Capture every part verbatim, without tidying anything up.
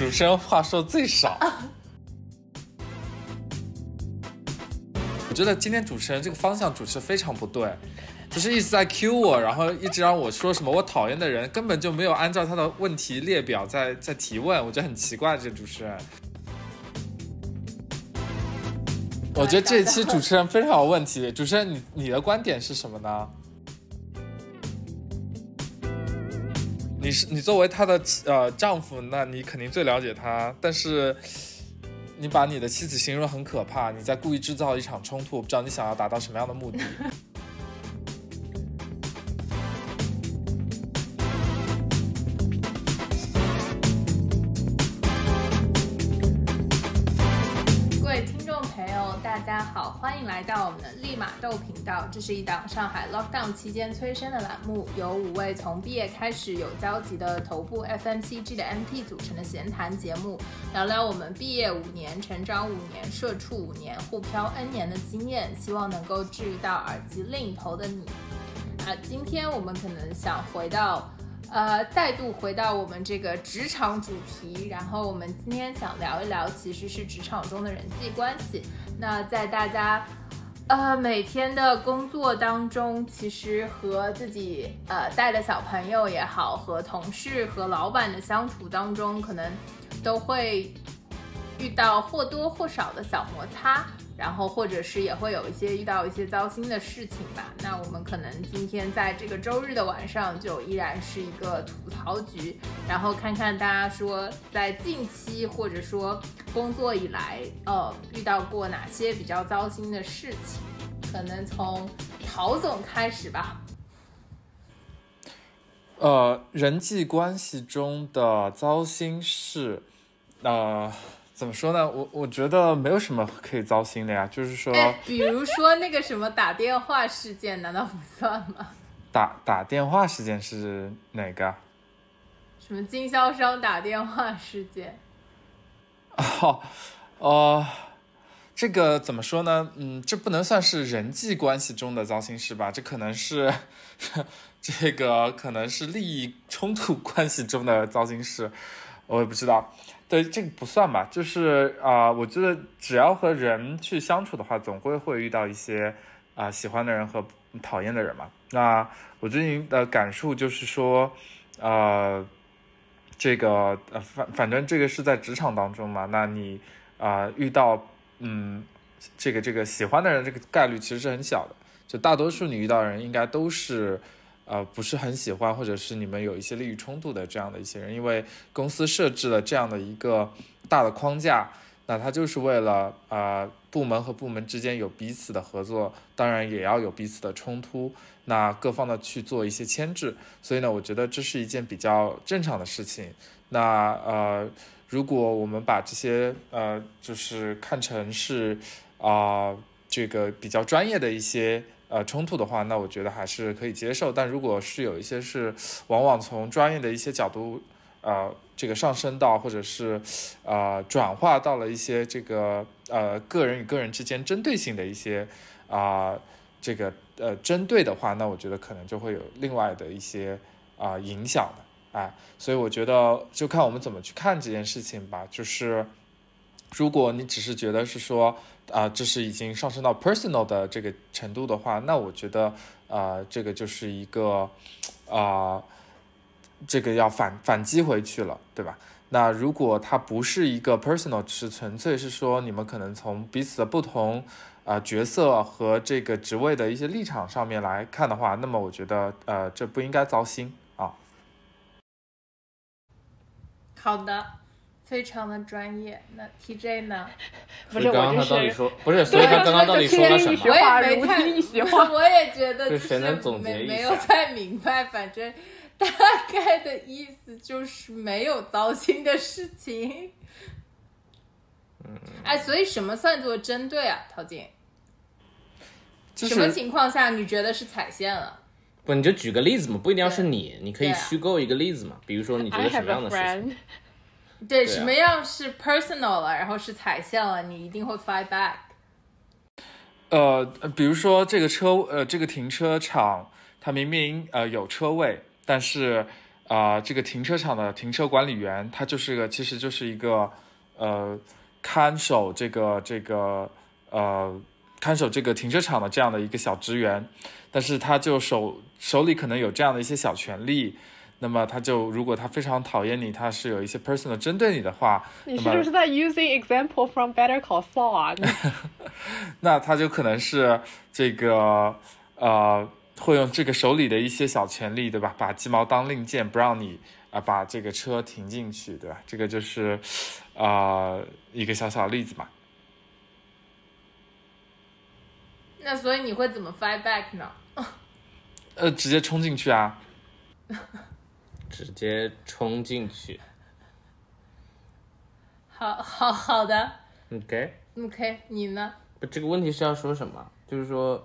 主持人话说最少。我觉得今天主持人这个方向主持非常不对，就是一直在 cue 我，然后一直让我说什么我讨厌的人，根本就没有按照他的问题列表在在提问，我觉得很奇怪这个主持人。我觉得这一期主持人非常有问题。主持人你你的观点是什么呢？你是你作为他的呃丈夫，那你肯定最了解他，但是你把你的妻子形容很可怕，你在故意制造一场冲突，我不知道你想要达到什么样的目的。 大家好，欢迎来到我们的立马豆频道。这是一档上海 lockdown 期间催生的栏目，由五位从毕业开始有交集的头部 F M C G 的 M P 组成的闲谈节目，聊聊我们毕业五年、成长五年、社畜五年、互漂 N 年的经验，希望能够治愈到耳机另一头的你。啊，今天我们可能想回到呃，再度回到我们这个职场主题，然后我们今天想聊一聊其实是职场中的人际关系。那在大家呃每天的工作当中，其实和自己呃带的小朋友也好，和同事和老板的相处当中，可能都会遇到或多或少的小摩擦，然后或者是也会有一些遇到一些糟心的事情吧。那我们可能今天在这个周日的晚上就依然是一个吐槽局，然后看看大家说在近期或者说工作以来呃遇到过哪些比较糟心的事情。可能从陶总开始吧。 呃，人际关系中的糟心事，呃怎么说呢？我我觉得没有什么可以糟心的呀，就是说， 比如说那个什么打电话事件，难道不算吗？ 打打电话事件是哪个？ 什么经销商打电话事件？ 哦，呃，这个怎么说呢？嗯，这不能算是人际关系中的糟心事吧？这可能是这个可能是利益冲突关系中的糟心事，我也不知道。对，这个不算吧，就是啊、呃，我觉得只要和人去相处的话，总归会遇到一些啊、呃、喜欢的人和讨厌的人嘛。那我最近的感触就是说，呃，这个呃反反正这个是在职场当中嘛，那你啊、呃、遇到嗯这个这个喜欢的人，这个概率其实是很小的，就大多数你遇到的人应该都是。呃，不是很喜欢，或者是你们有一些利益冲突的这样的一些人，因为公司设置了这样的一个大的框架，那它就是为了呃部门和部门之间有彼此的合作，当然也要有彼此的冲突，那各方的去做一些牵制，所以呢，我觉得这是一件比较正常的事情。那呃，如果我们把这些呃就是看成是啊、呃、这个比较专业的一些。呃，冲突的话，那我觉得还是可以接受。但如果是有一些是往往从专业的一些角度，呃，这个上升到或者是呃转化到了一些这个呃个人与个人之间针对性的一些啊、呃、这个呃针对的话，那我觉得可能就会有另外的一些啊、呃、影响的，哎，所以我觉得就看我们怎么去看这件事情吧。就是如果你只是觉得是说。啊、呃，这是已经上升到 personal 的这个程度的话，那我觉得啊、呃，这个就是一个啊、呃，这个要反反击回去了，对吧？那如果它不是一个 personal， 只是纯粹是说你们可能从彼此的不同啊、呃、角色和这个职位的一些立场上面来看的话，那么我觉得呃，这不应该糟心啊。 好的。非常的专业，那 T J 呢？ 不是，刚刚他到底说不是，所以他刚刚到底说了什么？ 我也没太一席话， 我也觉得谁能总结一下？ 没有太明白，反正大概的意思就是没有糟心的事情。嗯，哎，所以什么算作针对啊，陶静？ 就是什么情况下你觉得是踩线了？ 不，你就举个例子嘛，不一定要是你，你可以虚构一个例子嘛，比如说你觉得什么样的事情？ 对， 对啊、 什么样是 personal 了，然后是踩线了，你一定会 fight back。 呃，比如说这个车，呃，这个停车场，它明明呃有车位，但是啊、呃，这个停车场的停车管理员，他就是个，其实就是一个，呃，看守这个这个呃看守这个停车场的这样的一个小职员，但是他就手手里可能有这样的一些小权利，那么他就如果他非常讨厌你，他是有一些 personal 针对你的话， 你是不是在 using example from Better Call Saul 啊？ 那他就可能是这个呃。会用这个手里的一些小权利，对吧？把鸡毛当令箭，不让你啊、呃、把这个车停进去，对吧？这个就是啊、呃、一个小小例子嘛。 那所以你会怎么 fight back 呢？ 呃，直接冲进去啊！ 直接冲进去。 好好好的。 OK。 OK， 你呢？ 不，这个问题是要说什么？就是说。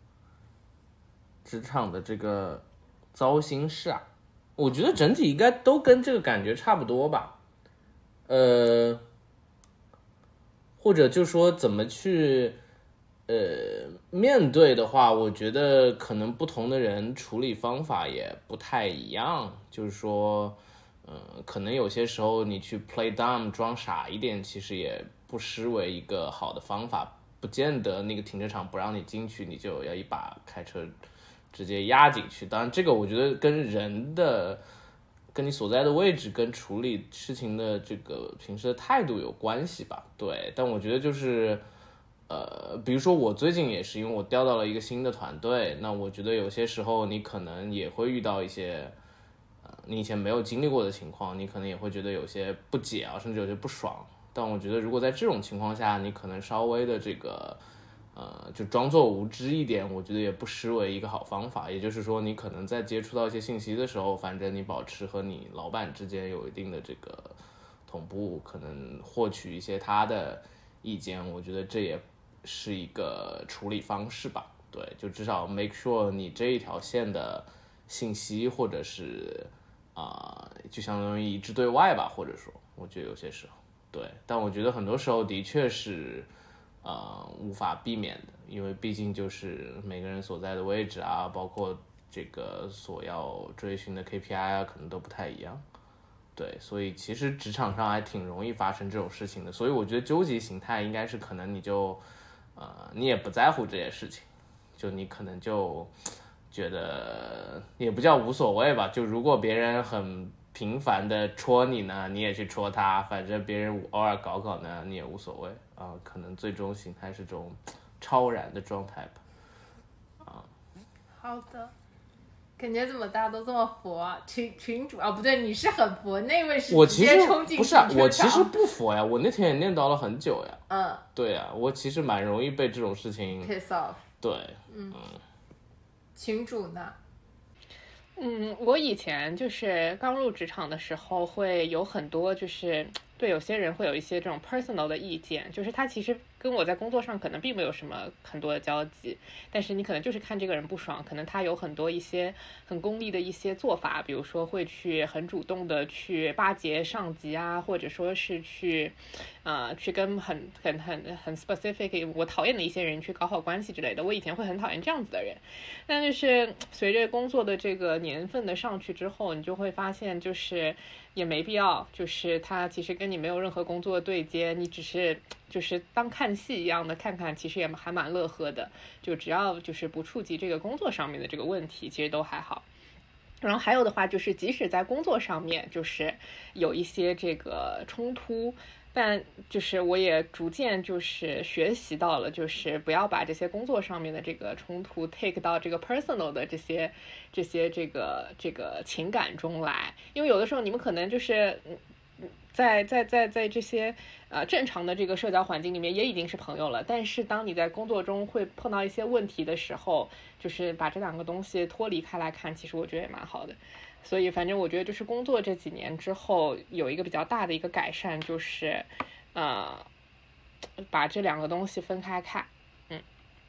职场的这个糟心事啊，我觉得整体应该都跟这个感觉差不多吧，呃，或者就说怎么去呃面对的话，我觉得可能不同的人处理方法也不太一样，就是说，呃，可能有些时候你去 play dumb 装傻一点，其实也不失为一个好的方法，不见得那个停车场不让你进去，你就要一把开车直接压进去。当然这个我觉得跟人的跟你所在的位置跟处理事情的这个平时的态度有关系吧。对，但我觉得就是呃比如说我最近也是因为我调到了一个新的团队，那我觉得有些时候你可能也会遇到一些呃你以前没有经历过的情况，你可能也会觉得有些不解啊，甚至有些不爽。但我觉得如果在这种情况下你可能稍微的这个呃，就装作无知一点，我觉得也不失为一个好方法。也就是说，你可能在接触到一些信息的时候，反正你保持和你老板之间有一定的这个同步，可能获取一些他的意见，我觉得这也是一个处理方式吧。对，就至少 make sure 你这一条线的信息，或者是啊、呃，就相当于一致对外吧，或者说，我觉得有些时候，对，但我觉得很多时候的确是。呃，无法避免的，因为毕竟就是每个人所在的位置啊，包括这个所要追寻的 K P I 啊，可能都不太一样。对，所以其实职场上还挺容易发生这种事情的。所以我觉得究极形态应该是可能你就呃你也不在乎这些事情，就你可能就觉得也不叫无所谓吧。就如果别人很频繁的戳你呢，你也去戳他，反正别人偶尔搞搞呢，你也无所谓啊、呃。可能最终形态是这种超然的状态吧。啊， 好的。感觉怎么大家都这么佛啊？群群主啊，不对，你是很佛，那位是直接冲进不是、啊、我其实不佛呀，我那天也念叨了很久呀。 嗯， 对呀，我其实蛮容易被这种事情 piss off。 对， 嗯，群主呢？ 嗯，我以前就是刚入职场的时候，会有很多就是对有些人会有一些这种 personal 的意见，就是他其实跟我在工作上可能并没有什么很多的交集，但是你可能就是看这个人不爽，可能他有很多一些很功利的一些做法，比如说会去很主动的去巴结上级啊，或者说是去呃去跟很很很很 specific 我讨厌的一些人去搞好关系之类的。我以前会很讨厌这样子的人，但就是随着工作的这个年份的上去之后，你就会发现就是也没必要，就是他其实跟你没有任何工作对接，你只是就是当看戏一样的看看，其实也还蛮乐呵的，就只要就是不触及这个工作上面的这个问题，其实都还好。然后还有的话就是，即使在工作上面就是有一些这个冲突，但就是我也逐渐就是学习到了，就是不要把这些工作上面的这个冲突 take 到这个 personal 的这些这些这个这个情感中来，因为有的时候你们可能就是在在在在这些呃正常的这个社交环境里面也已经是朋友了，但是当你在工作中会碰到一些问题的时候，就是把这两个东西脱离开来看，其实我觉得也蛮好的。所以反正我觉得就是工作这几年之后有一个比较大的一个改善，就是呃把这两个东西分开看。嗯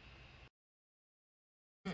嗯，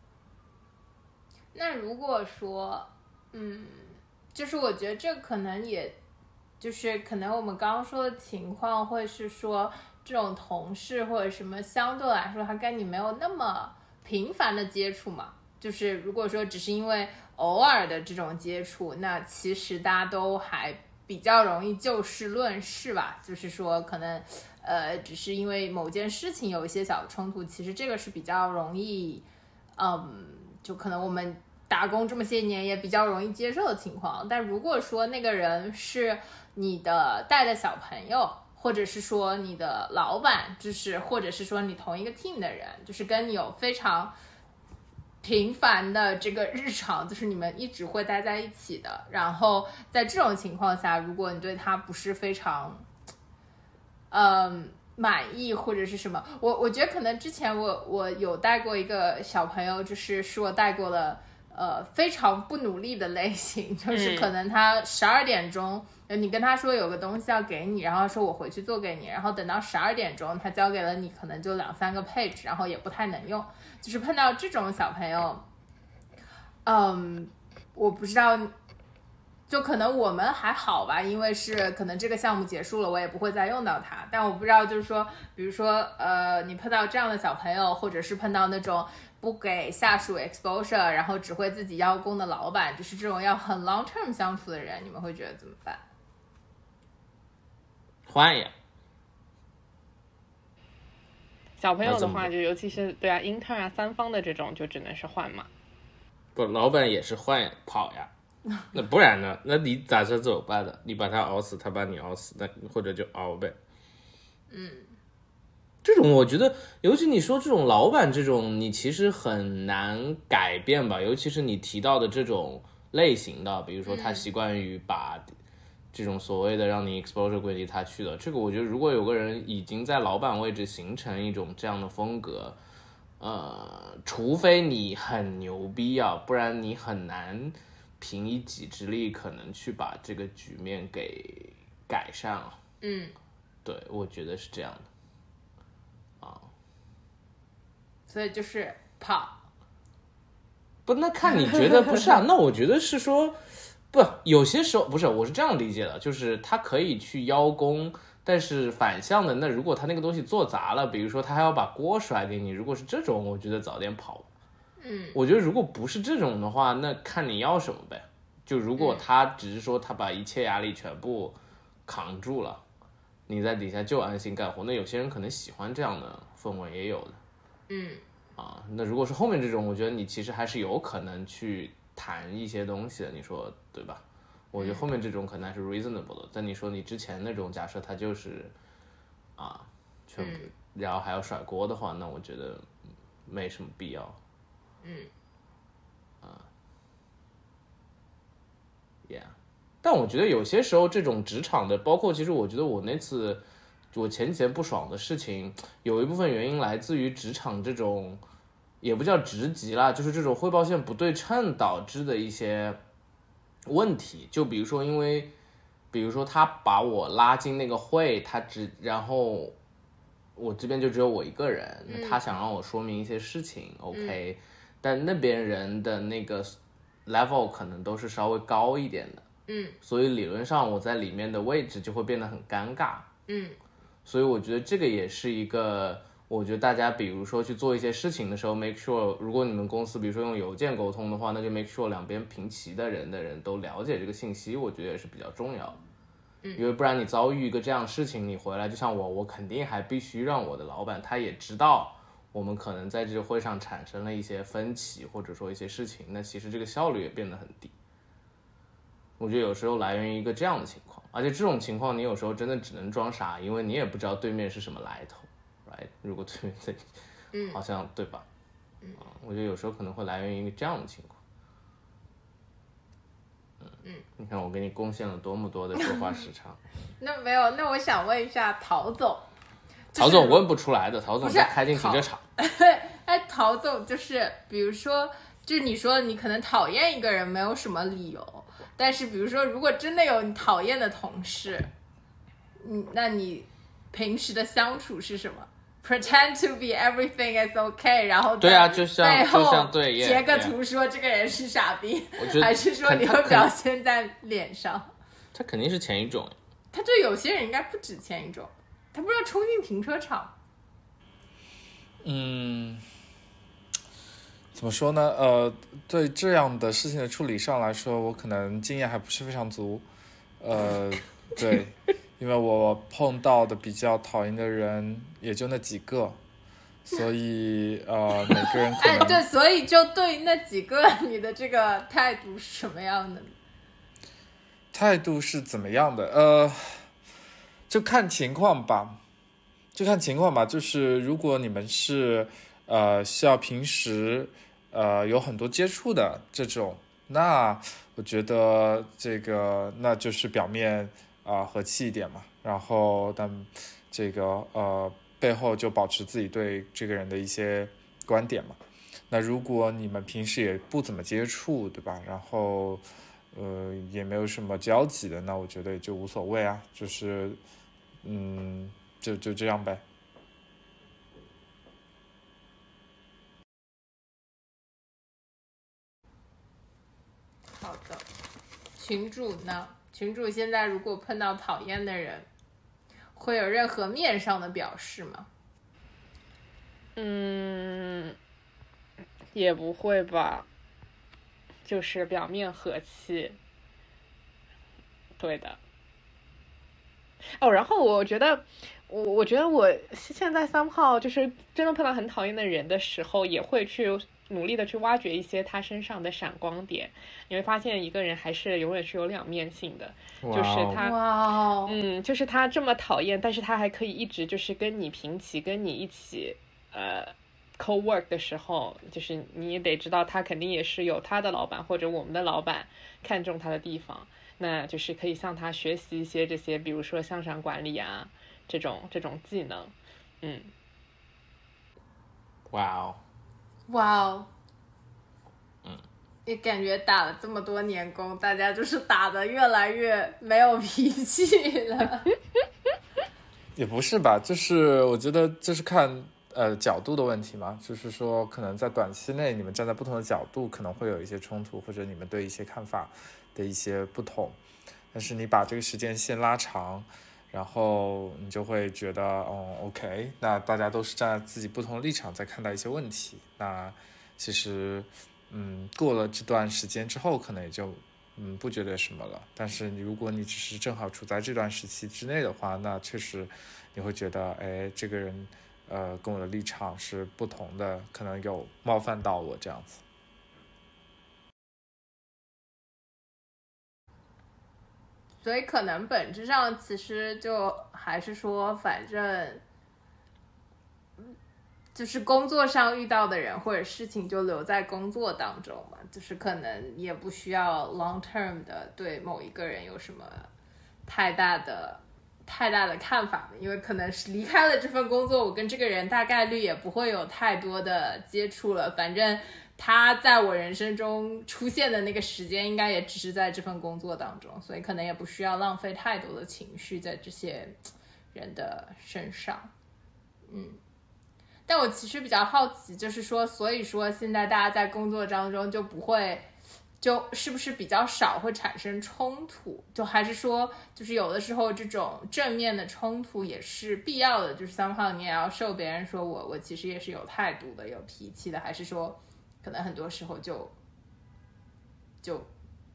那如果说嗯就是我觉得这可能也就是可能我们刚刚说的情况会是说这种同事或者什么相对来说他跟你没有那么频繁的接触嘛，就是如果说只是因为偶尔的这种接触，那其实大家都还比较容易就事论事吧，就是说可能呃只是因为某件事情有一些小冲突，其实这个是比较容易嗯就可能我们打工这么些年也比较容易接受的情况。但如果说那个人是你的带的小朋友，或者是说你的老板，就是或者是说你同一个 team 的人，就是跟你有非常频繁的这个日常，就是你们一直会待在一起的，然后在这种情况下，如果你对他不是非常嗯满意或者是什么，我我觉得可能之前我我有带过一个小朋友，就是是我带过的呃非常不努力的类型，就是可能他十二点钟、嗯、你跟他说有个东西要给你，然后说我回去做给你，然后等到十二点钟他交给了你，可能就两三个 page， 然后也不太能用。就是碰到这种小朋友，嗯，我不知道，就可能我们还好吧，因为是可能这个项目结束了，我也不会再用到它。但我不知道，就是说，比如说，呃，你碰到这样的小朋友，或者是碰到那种不给下属 exposure， 然后只会自己邀功的老板，就是这种要很 long term 相处的人，你们会觉得怎么办？ 换呀。 小朋友的话，就尤其是对啊 intern 啊三方的这种，就只能是换嘛。 不，老板也是换跑呀。那不然呢？那你咋着怎么办的？你把他熬死，他把你熬死，那或者就熬呗。 嗯， 这种我觉得，尤其你说这种老板这种，你其实很难改变吧。尤其是你提到的这种类型的，比如说他习惯于把这种所谓的让你 exposure 归离他去的，这个我觉得如果有个人已经在老板位置形成一种这样的风格，呃，除非你很牛逼啊，不然你很难凭一己之力可能去把这个局面给改善啊。 嗯， 对，我觉得是这样的啊。 所以就是跑。 不，那看你觉得不是啊？那我觉得是说。不，有些时候不是，我是这样理解的，就是他可以去邀功，但是反向的，那如果他那个东西做砸了，比如说他还要把锅甩给你，如果是这种，我觉得早点跑。 嗯， 我觉得如果不是这种的话，那看你要什么呗。就如果他只是说他把一切压力全部扛住了，你在底下就安心干活，那有些人可能喜欢这样的氛围也有的。 嗯， 啊，那如果是后面这种，我觉得你其实还是有可能去谈一些东西的，你说对吧？我觉得后面这种可能还是 reasonable 的，但你说你之前那种假设他就是啊，全部、嗯、然后还要甩锅的话，那我觉得没什么必要。 嗯， 啊 ，yeah， 但我觉得有些时候这种职场的，包括其实我觉得我那次我前几天不爽的事情，有一部分原因来自于职场这种。也不叫职级啦，就是这种汇报线不对称导致的一些问题。就比如说，因为比如说他把我拉进那个会，他只然后我这边就只有我一个人， 嗯、 他想让我说明一些事情、嗯、，OK， 但那边人的那个 level 可能都是稍微高一点的， 嗯， 所以理论上我在里面的位置就会变得很尴尬， 嗯， 所以我觉得这个也是一个。我觉得大家比如说去做一些事情的时候 make sure 如果你们公司比如说用邮件沟通的话，那就 make sure 两边平齐的人的人都了解这个信息，我觉得也是比较重要的。 嗯， 因为不然你遭遇一个这样的事情，你回来就像我我肯定还必须让我的老板他也知道我们可能在这个会上产生了一些分歧，或者说一些事情，那其实这个效率也变得很低。我觉得有时候来源于一个这样的情况，而且这种情况你有时候真的只能装傻，因为你也不知道对面是什么来头。如果对面在， 嗯， 好像对吧？ 嗯， 我觉得有时候可能会来源于一个这样的情况。 嗯嗯， 你看我给你贡献了多么多的说话时长。 那没有，那我想问一下陶总。 陶总问不出来的，陶总在开进停车场。 哎，陶总就是，比如说，就是你说你可能讨厌一个人没有什么理由，但是比如说，如果真的有你讨厌的同事，嗯，那你平时的相处是什么？Pretend to be everything is okay， 然后对啊，就像背后就像对截个图说这个人是傻逼， 我觉得还是说你会表现在脸上？ 他肯定是前一种。 他对有些人应该不止前一种，他不知道冲进停车场。 嗯，怎怎么说呢？呃，对这样的事情的处理上来说，我可能经验还不是非常足。呃，对，因为我碰到的比较讨厌的人也就那几个，所以呃，每个人可能哎，对，所以就对那几个，你的这个态度是什么样的呢？ 态度是怎么样的？呃，就看情况吧，就看情况吧。就是如果你们是呃需要平时呃有很多接触的这种，那我觉得这个那就是表面啊、呃、和气一点嘛，然后但这个呃背后就保持自己对这个人的一些观点嘛。那如果你们平时也不怎么接触，对吧？然后呃也没有什么交集的，那我觉得也就无所谓啊，就是嗯就就这样呗。 好的，群主呢？群主现在如果碰到讨厌的人，会有任何面上的表示吗？ 嗯，也不会吧，就是表面和气。对的。哦，然后我觉得，我我觉得我现在somehow就是真的碰到很讨厌的人的时候，也会去努力的去挖掘一些他身上的闪光点。你会发现一个人还是永远是有两面性的，就是他， 哇， 嗯，就是他这么讨厌，但是他还可以一直就是跟你平齐，跟你一起，呃。co-work 的时候，就是你也得知道他肯定也是有他的老板或者我们的老板看中他的地方，那就是可以向他学习一些这些，比如说向上管理啊这种这种技能。嗯， 哇哦， 哇哦， 嗯， 也感觉打了这么多年工，大家就是打得越来越没有脾气了。 也不是吧，就是我觉得这是看呃角度的问题嘛，就是说可能在短期内你们站在不同的角度可能会有一些冲突，或者你们对一些看法的一些不同，但是你把这个时间线拉长，然后你就会觉得哦 OK， 那大家都是站在自己不同的立场在看待一些问题，那其实嗯过了这段时间之后可能也就嗯，不觉得什么了。但是如果你只是正好处在这段时期之内的话，那确实你会觉得，哎，这个人，呃，跟我的立场是不同的，可能有冒犯到我这样子。 所以可能本质上其实就还是说，反正就是工作上遇到的人或者事情就留在工作当中嘛，就是可能也不需要 long term 的对某一个人有什么太大的太大的看法，因为可能是离开了这份工作，我跟这个人大概率也不会有太多的接触了，反正他在我人生中出现的那个时间应该也只是在这份工作当中，所以可能也不需要浪费太多的情绪在这些人的身上。嗯，但我其实比较好奇，就是说，所以说现在大家在工作当中就不会，就是不是比较少会产生冲突？就还是说，就是有的时候这种正面的冲突也是必要的，就是somehow你也要受别人说我我其实也是有态度的、有脾气的，还是说可能很多时候就就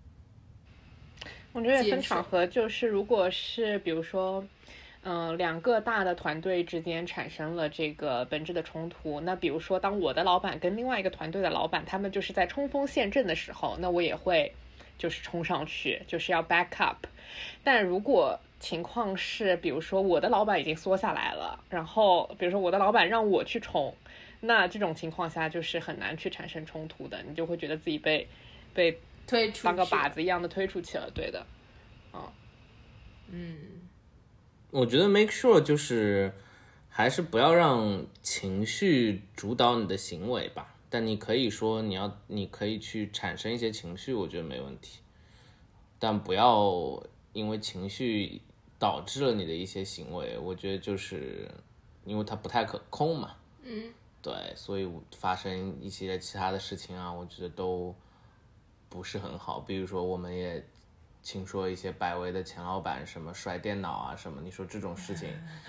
我觉得也分场合，就是如果是比如说。嗯，两个大的团队之间产生了这个本质的冲突。那比如说，当我的老板跟另外一个团队的老板，他们就是在冲锋陷阵的时候，那我也会就是冲上去，就是要 back up。但如果情况是，比如说我的老板已经缩下来了，然后比如说我的老板让我去冲，那这种情况下就是很难去产生冲突的，你就会觉得自己被被推出当个靶子一样的推出去了，对的， 嗯嗯。 我觉得 make sure 就是还是不要让情绪主导你的行为吧，但你可以说你要你可以去产生一些情绪，我觉得没问题，但不要因为情绪导致了你的一些行为，我觉得就是因为它不太可控嘛， 嗯， 对，所以发生一些其他的事情啊，我觉得都不是很好，比如说我们也听说一些百威的前老板什么摔电脑啊什么，你说这种事情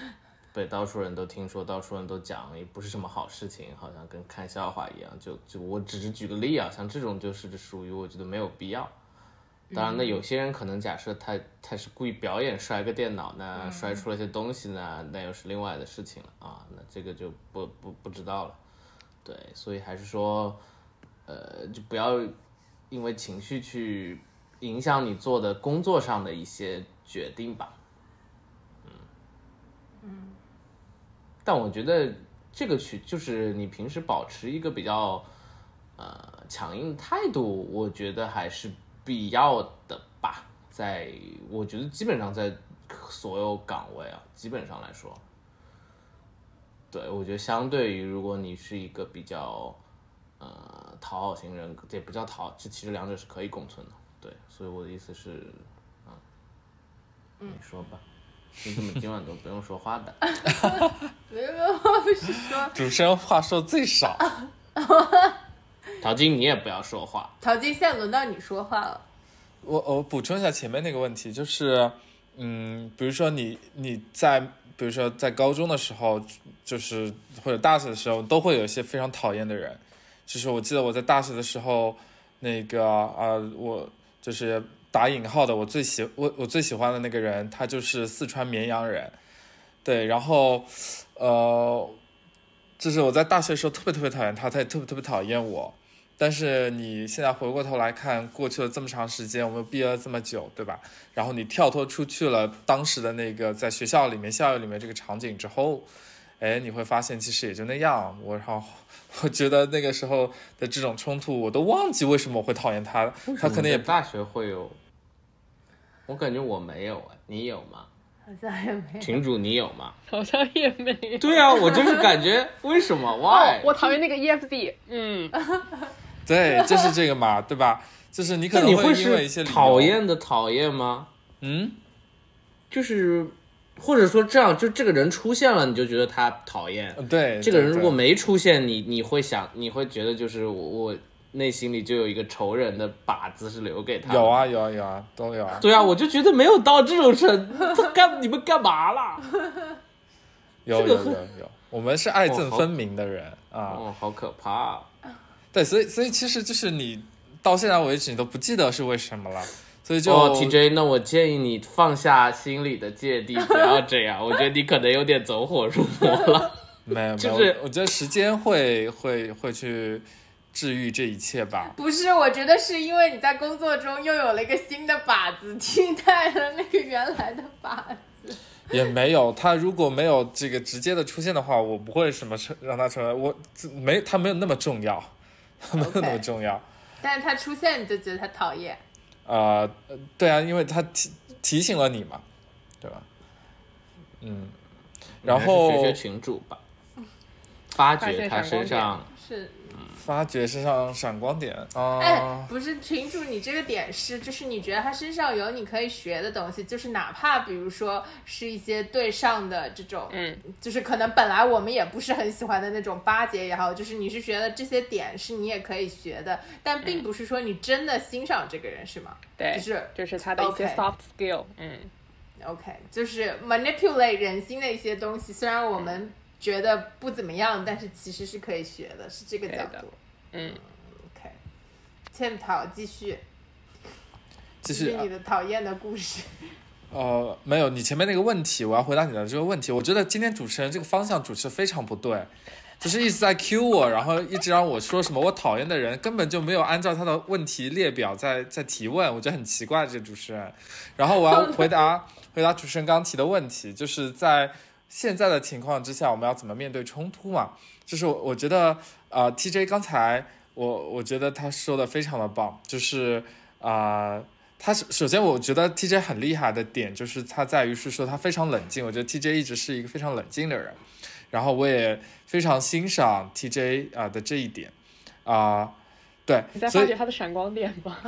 被到处人都听说，到处人都讲，也不是什么好事情，好像跟看笑话一样。就就我只是举个例啊，像这种就是属于我觉得没有必要。当然，那有些人可能假设他他是故意表演摔个电脑呢，嗯、摔出了些东西呢，那又是另外的事情了啊。那这个就不不不知道了。对，所以还是说，呃，就不要因为情绪去影响你做的工作上的一些决定吧。嗯嗯。但我觉得这个取就是你平时保持一个比较呃强硬的态度，我觉得还是必要的吧。在我觉得基本上在所有岗位啊，基本上来说。对，我觉得相对于如果你是一个比较呃讨好型人格，也不叫讨好，这其实两者是可以共存的。对，所以我的意思是，啊、嗯，你说吧，你怎么今晚都不用说话的？ 没有，我不是说主持人话说最少。 陶晶，你也不要说话。 陶晶，现在轮到你说话了。 我我补充一下前面那个问题，就是嗯，比如说你你在比如说在高中的时候，就是或者大学的时候，都会有一些非常讨厌的人。就是我记得我在大学的时候，那个啊、呃，我就是打引号的，我最喜我我最喜欢的那个人，他就是四川绵阳人。对，然后呃，就是我在大学的时候特别特别讨厌他，他也特别特别讨厌我。但是你现在回过头来看，过去了这么长时间，我们毕业了这么久，对吧？然后你跳脱出去了当时的那个在学校里面、校园里面这个场景之后，哎，你会发现其实也就那样。我然后我觉得那个时候的这种冲突，我都忘记为什么我会讨厌他。他可能也大学会有，我感觉我没有哎，你有吗？ 好像也没有。 群主你有吗？ 好像也没有。 对啊，我就是感觉为什么 ？Why？、 哦、我讨厌那个 E F D。嗯。 对，就是这个嘛，对吧？就是你可能会因为一些理由讨厌的讨厌吗？ 嗯， 就是或者说这样，就这个人出现了，你就觉得他讨厌。 对， 这个人如果没出现，你你会想，你会觉得就是我我内心里就有一个仇人的靶子是留给他的。 有啊有啊有啊，都有啊。 对啊，我就觉得没有到这种程度，干你们干嘛啦？ 有有有有，我们是爱憎分明的人、 哦、 啊。 哦，好可怕、啊。 对，所以所以其实就是你到现在为止你都不记得是为什么了，所以就、 哦、T J， 那我建议你放下心里的芥蒂，不要这样。我觉得你可能有点走火入魔了。 没有， 就是没有，我觉得时间会会会去治愈这一切吧。 不是，我觉得是因为你在工作中又有了一个新的靶子，替代了那个原来的靶子。 也没有，他如果没有这个直接的出现的话，我不会什么让他成为我没他没有那么重要。没有那么重要， okay. 但是他出现你就觉得他讨厌。 呃，对啊，因为他提提醒了你嘛，对吧？嗯，然后学学群主吧，发掘他身上是。 发掘身上闪光点啊！ 哎、呃，不是群主，你这个点是，就是你觉得他身上有你可以学的东西，就是哪怕比如说是一些对上的这种， 嗯， 就是可能本来我们也不是很喜欢的那种巴结也好，就是你是觉得这些点是你也可以学的，但并不是说你真的欣赏这个人，是吗？ 对， 就是就是他的一些 soft skill， 嗯 ，OK， 就是 manipulate 人心的一些东西，虽然我们、嗯。觉得不怎么样，但是其实是可以学的，是这个角度。 嗯 ，OK， 欠讨继续， 继续你的讨厌的故事。 呃，没有，你前面那个问题，我要回答你的这个问题。我觉得今天主持人这个方向主持非常不对，就是一直在 cue 我，然后一直让我说什么我讨厌的人，根本就没有按照他的问题列表在在提问，我觉得很奇怪这个主持人。然后我要回答回答主持人刚提的问题，就是在。现在的情况之下，我们要怎么面对冲突嘛？就是我我觉得，呃 ，T J 刚才我我觉得他说的非常的棒，就是啊、呃，他首先我觉得 T J 很厉害的点就是他在于是说他非常冷静，我觉得 T J 一直是一个非常冷静的人，然后我也非常欣赏 T J 啊、呃、的这一点啊、呃，对， 你在发掘他的闪光点吧。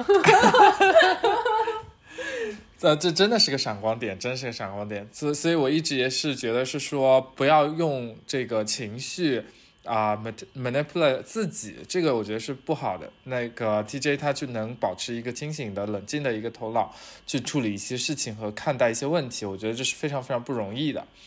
呃，这真的是个闪光点，真是个闪光点。所所以，我一直也是觉得是说，不要用这个情绪啊、呃、manipulate 自己，这个我觉得是不好的。那个 T J 他就能保持一个清醒的、冷静的一个头脑，去处理一些事情和看待一些问题，我觉得这是非常非常不容易的。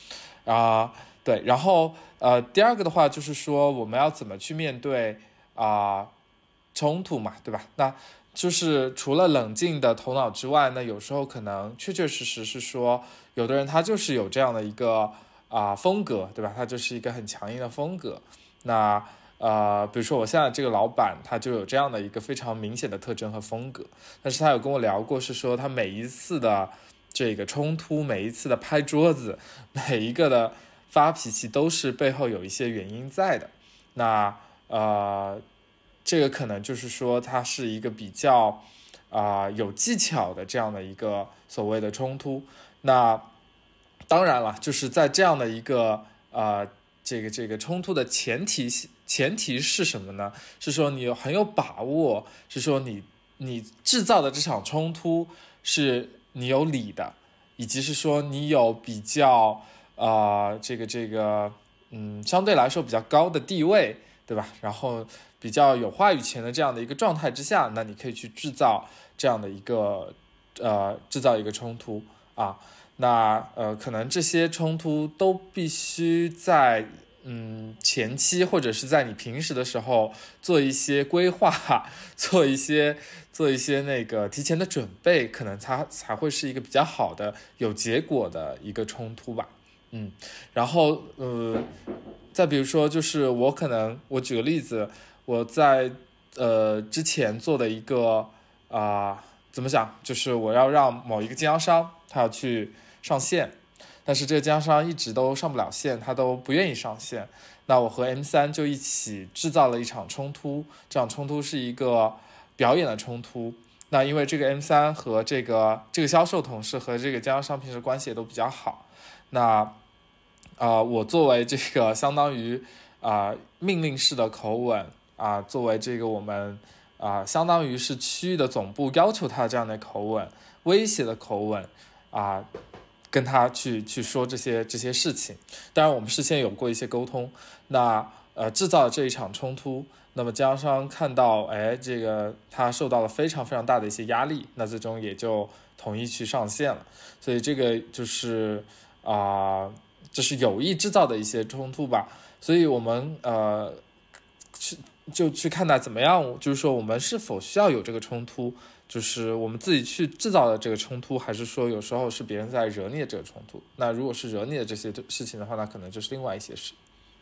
啊、呃，对，然后呃，第二个的话就是说我们要怎么去面对啊、呃、冲突嘛，对吧？那就是除了冷静的头脑之外，那有时候可能确确实实是说，有的人他就是有这样的一个啊、呃、风格，对吧？他就是一个很强硬的风格。那呃，比如说我现在这个老板，他就有这样的一个非常明显的特征和风格。但是他有跟我聊过，是说他每一次的这个冲突，每一次的拍桌子，每一个的发脾气，都是背后有一些原因在的。那呃。这个可能就是说它是一个比较啊、呃、有技巧的这样的一个所谓的冲突。那当然了，就是在这样的一个呃这个这个冲突的前提前提是什么呢？是说你很有把握，是说你你制造的这场冲突是你有理的，以及是说你有比较呃这个这个嗯相对来说比较高的地位，对吧？然后比较有话语权的这样的一个状态之下，那你可以去制造这样的一个呃制造一个冲突啊。那呃可能这些冲突都必须在嗯前期或者是在你平时的时候做一些规划，做一些做一些那个提前的准备，可能它才会是一个比较好的有结果的一个冲突吧。嗯，然后呃再比如说就是我可能我举个例子，我在呃之前做的一个啊、呃、怎么讲，就是我要让某一个经销商他要去上线，但是这个经销商一直都上不了线，他都不愿意上线。那我和 M 三 就一起制造了一场冲突，这场冲突是一个表演的冲突。那因为这个 M 三 和这个这个销售同事和这个经销商平时关系也都比较好，那啊、呃、我作为这个相当于啊、呃、命令式的口吻啊、呃，作为这个我们啊、呃、相当于是区域的总部要求他这样的口吻，威胁的口吻啊、呃，跟他去去说这些这些事情。当然我们事先有过一些沟通，那呃制造了这一场冲突。那么经销商看到，哎，这个他受到了非常非常大的一些压力，那最终也就同意去上线了。所以这个就是啊、呃，这是有意制造的一些冲突吧。所以我们呃去就去看待怎么样，就是说我们是否需要有这个冲突，就是我们自己去制造的这个冲突，还是说有时候是别人在惹你的这个冲突。那如果是惹你的这些事情的话，那可能就是另外一些事。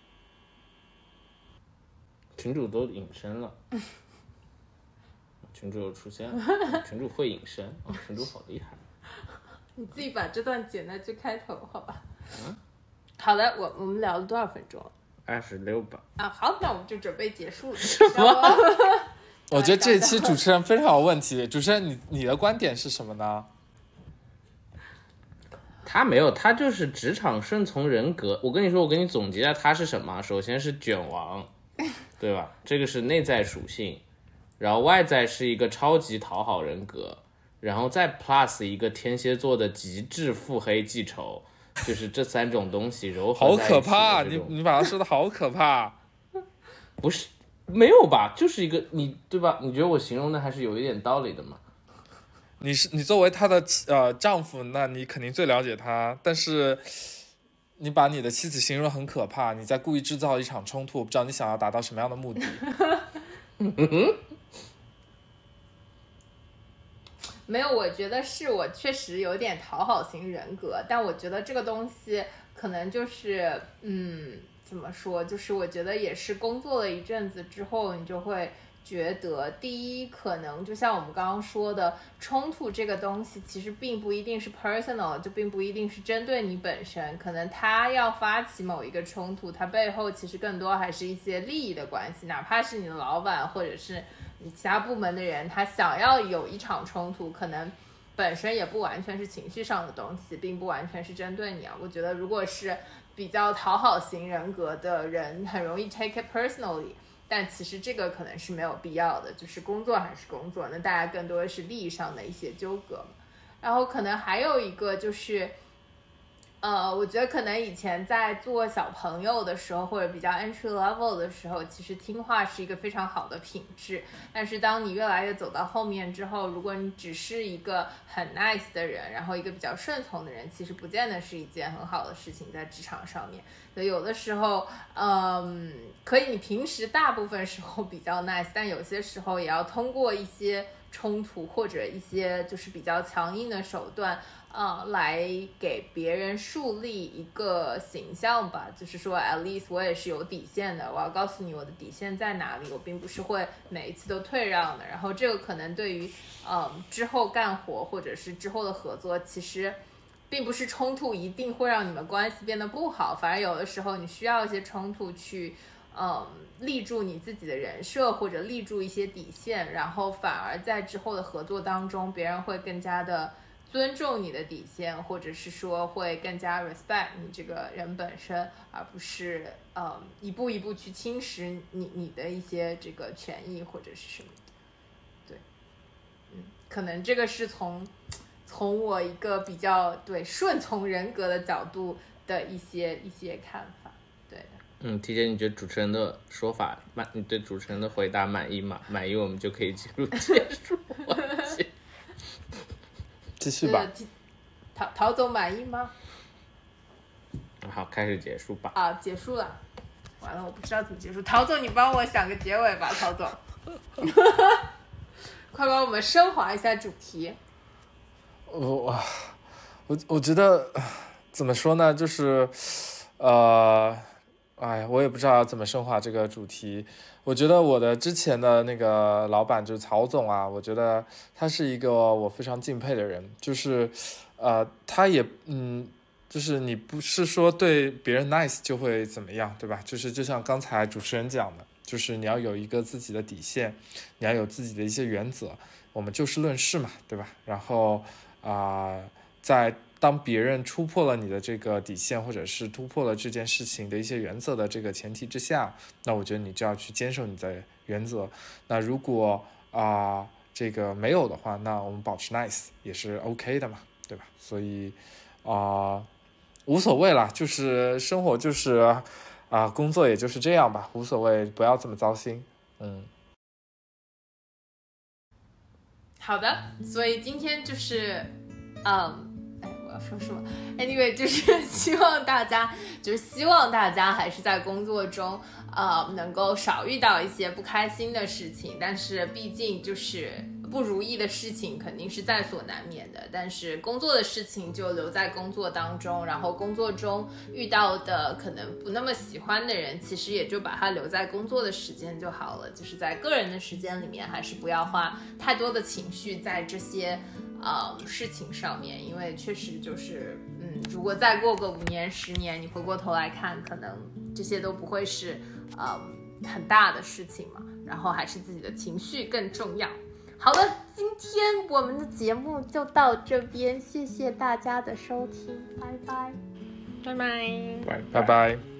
群主都隐身了，群主又出现了，群主会隐身，哦，群主好厉害。 你自己把这段剪在最开头，好吧？嗯，好的，我我们聊了多少分钟了？ 二十六吧。 啊，好，那我们就准备结束了。 什么？ 我觉得这一期主持人非常有问题。主持人，你你的观点是什么呢？ 他没有，他就是职场顺从人格。我跟你说，我给你总结一下，他是什么？首先是卷王。对吧？这个是内在属性，然后外在是一个超级讨好人格，然后再 plus 一个天蝎座的极致腹黑记仇，就是这三种东西糅合在一起。 好可怕！你你把它说的好可怕。 不是，没有吧？就是一个你对吧？你觉得我形容的还是有一点道理的吗？ 你是你作为她的呃丈夫，那你肯定最了解她，但是。你把你的妻子形容很可怕，你在故意制造一场冲突，我不知道你想要达到什么样的目的。 没有，我觉得是我确实有点讨好型人格，但我觉得这个东西可能就是嗯怎么说，就是我觉得也是工作了一阵子之后，你就会觉得第一，可能就像我们刚刚说的，冲突这个东西其实并不一定是 personal， 就并不一定是针对你本身，可能他要发起某一个冲突，他背后其实更多还是一些利益的关系，哪怕是你的老板或者是你其他部门的人，他想要有一场冲突，可能本身也不完全是情绪上的东西，并不完全是针对你啊。我觉得如果是比较讨好型人格的人，很容易 take it personally，但其实这个可能是没有必要的，就是工作还是工作，那大家更多的是利益上的一些纠葛。然后可能还有一个就是呃，我觉得可能以前在做小朋友的时候，或者比较 entry level 的时候，其实听话是一个非常好的品质。但是当你越来越走到后面之后，如果你只是一个很 nice 的人，然后一个比较顺从的人，其实不见得是一件很好的事情在职场上面。所以有的时候，嗯，可以你平时大部分时候比较 nice， 但有些时候也要通过一些冲突或者一些就是比较强硬的手段。呃，来给别人树立一个形象吧，就是说 at least 我也是有底线的，我要告诉你我的底线在哪里，我并不是会每一次都退让的。然后这个可能对于嗯之后干活或者是之后的合作，其实并不是冲突一定会让你们关系变得不好，反而有的时候你需要一些冲突去嗯立住你自己的人设，或者立住一些底线，然后反而在之后的合作当中，别人会更加的尊重你的底线，或者是说会更加 respect 你这个人本身，而不是呃一步一步去侵蚀你你的一些这个权益或者是什么。对，嗯，可能这个是从从我一个比较对顺从人格的角度的一些一些看法。对的。 嗯，提姐，你觉得主持人的说法满？你对主持人的回答满意吗？满意，我们就可以进入结束环节。 继续吧。 陶陶总满意吗？ 好，开始结束吧。 啊，结束了。完了，我不知道怎么结束。陶总，你帮我想个结尾吧，陶总。快帮我们升华一下主题。 我我我觉得怎么说呢，就是呃，哎，我也不知道怎么升华这个主题。我觉得我的之前的那个老板就是曹总啊，我觉得他是一个我非常敬佩的人，就是呃，他也嗯，就是你不是说对别人 nice 就会怎么样，对吧？就是就像刚才主持人讲的，就是你要有一个自己的底线，你要有自己的一些原则，我们就事论事嘛，对吧？然后啊、呃，在当别人突破了你的这个底线，或者是突破了这件事情的一些原则的这个前提之下，那我觉得你就要去坚守你的原则。那如果啊、呃、这个没有的话，那我们保持 nice 也是 OK 的嘛，对吧？所以啊、呃、无所谓啦，就是生活就是啊、呃、工作也就是这样吧，无所谓，不要这么糟心。嗯， 好的，所以今天就是嗯。要说什么 anyway 就是希望大家就是希望大家还是在工作中呃能够少遇到一些不开心的事情，但是毕竟就是不如意的事情肯定是在所难免的，但是工作的事情就留在工作当中，然后工作中遇到的可能不那么喜欢的人，其实也就把它留在工作的时间就好了，就是在个人的时间里面还是不要花太多的情绪在这些呃事情上面，因为确实就是嗯，如果再过个五年十年，你回过头来看，可能这些都不会是呃很大的事情嘛，然后还是自己的情绪更重要。好的，今天我们的节目就到这边，谢谢大家的收听，拜拜， 拜拜， 拜拜拜。